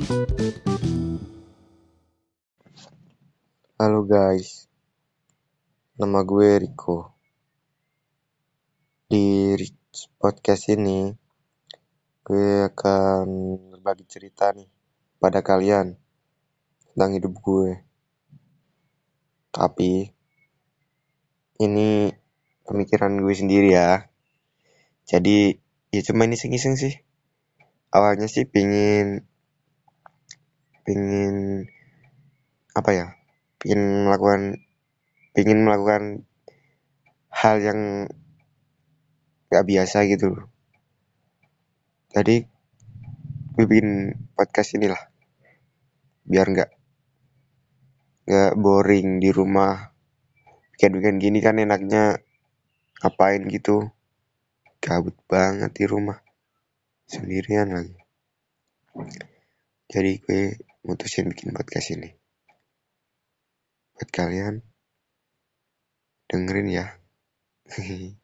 Halo guys, nama gue Riko. Di podcast ini, gue akan berbagi cerita nih pada kalian tentang hidup gue. Tapi, ini pemikiran gue sendiri ya. Jadi, ya cuma iseng-iseng sih. Awalnya sih pingin apa ya? Pingin melakukan hal yang gak biasa gitu. Jadi, gue bikin podcast inilah biar gak boring di rumah. Weekend gini kan enaknya ngapain gitu, gabut banget di rumah sendirian lagi. Jadi gue mutusin bikin podcast ini buat kalian dengerin ya.